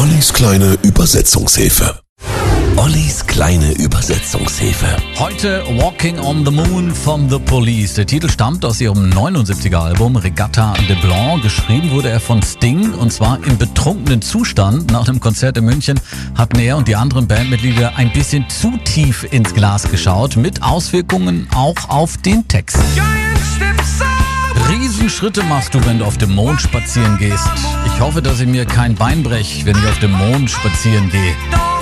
Ollis kleine Übersetzungshilfe. Ollis kleine Übersetzungshilfe. Heute Walking on the Moon von The Police. Der Titel stammt aus ihrem 79er Album Regatta de Blanc. Geschrieben wurde er von Sting und zwar im betrunkenen Zustand. Nach einem Konzert in München hatten er und die anderen Bandmitglieder ein bisschen zu tief ins Glas geschaut, mit Auswirkungen auch auf den Text. Riesenschritte machst du, wenn du auf dem Mond spazieren gehst. Ich hoffe, dass ich mir kein Bein breche, wenn ich auf dem Mond spazieren gehe.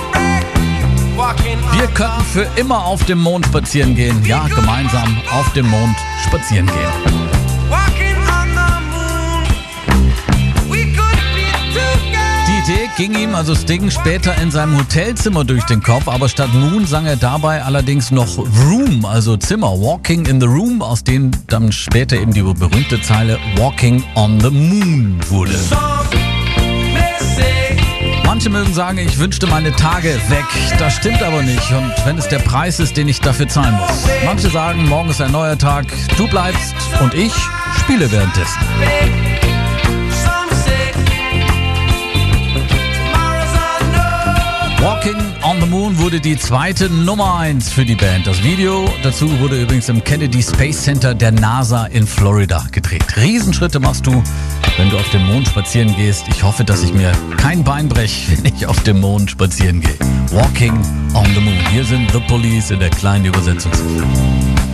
Wir könnten für immer auf dem Mond spazieren gehen. Ja, gemeinsam auf dem Mond spazieren gehen. Die Idee ging ihm, also Sting, später in seinem Hotelzimmer durch den Kopf, aber statt Moon sang er dabei allerdings noch Room, also Zimmer, Walking in the Room, aus dem dann später eben die berühmte Zeile Walking on the Moon wurde. Manche mögen sagen, ich wünschte meine Tage weg. Das stimmt aber nicht. Und wenn es der Preis ist, den ich dafür zahlen muss. Manche sagen, morgen ist ein neuer Tag, du bleibst und ich spiele währenddessen. Walking on the Moon wurde die zweite Nummer 1 für die Band. Das Video dazu wurde übrigens im Kennedy Space Center der NASA in Florida gedreht. Riesenschritte machst du, wenn du auf dem Mond spazieren gehst. Ich hoffe, dass ich mir kein Bein breche, wenn ich auf dem Mond spazieren gehe. Walking on the Moon. Hier sind The Police in der kleinen Übersetzungshilfe.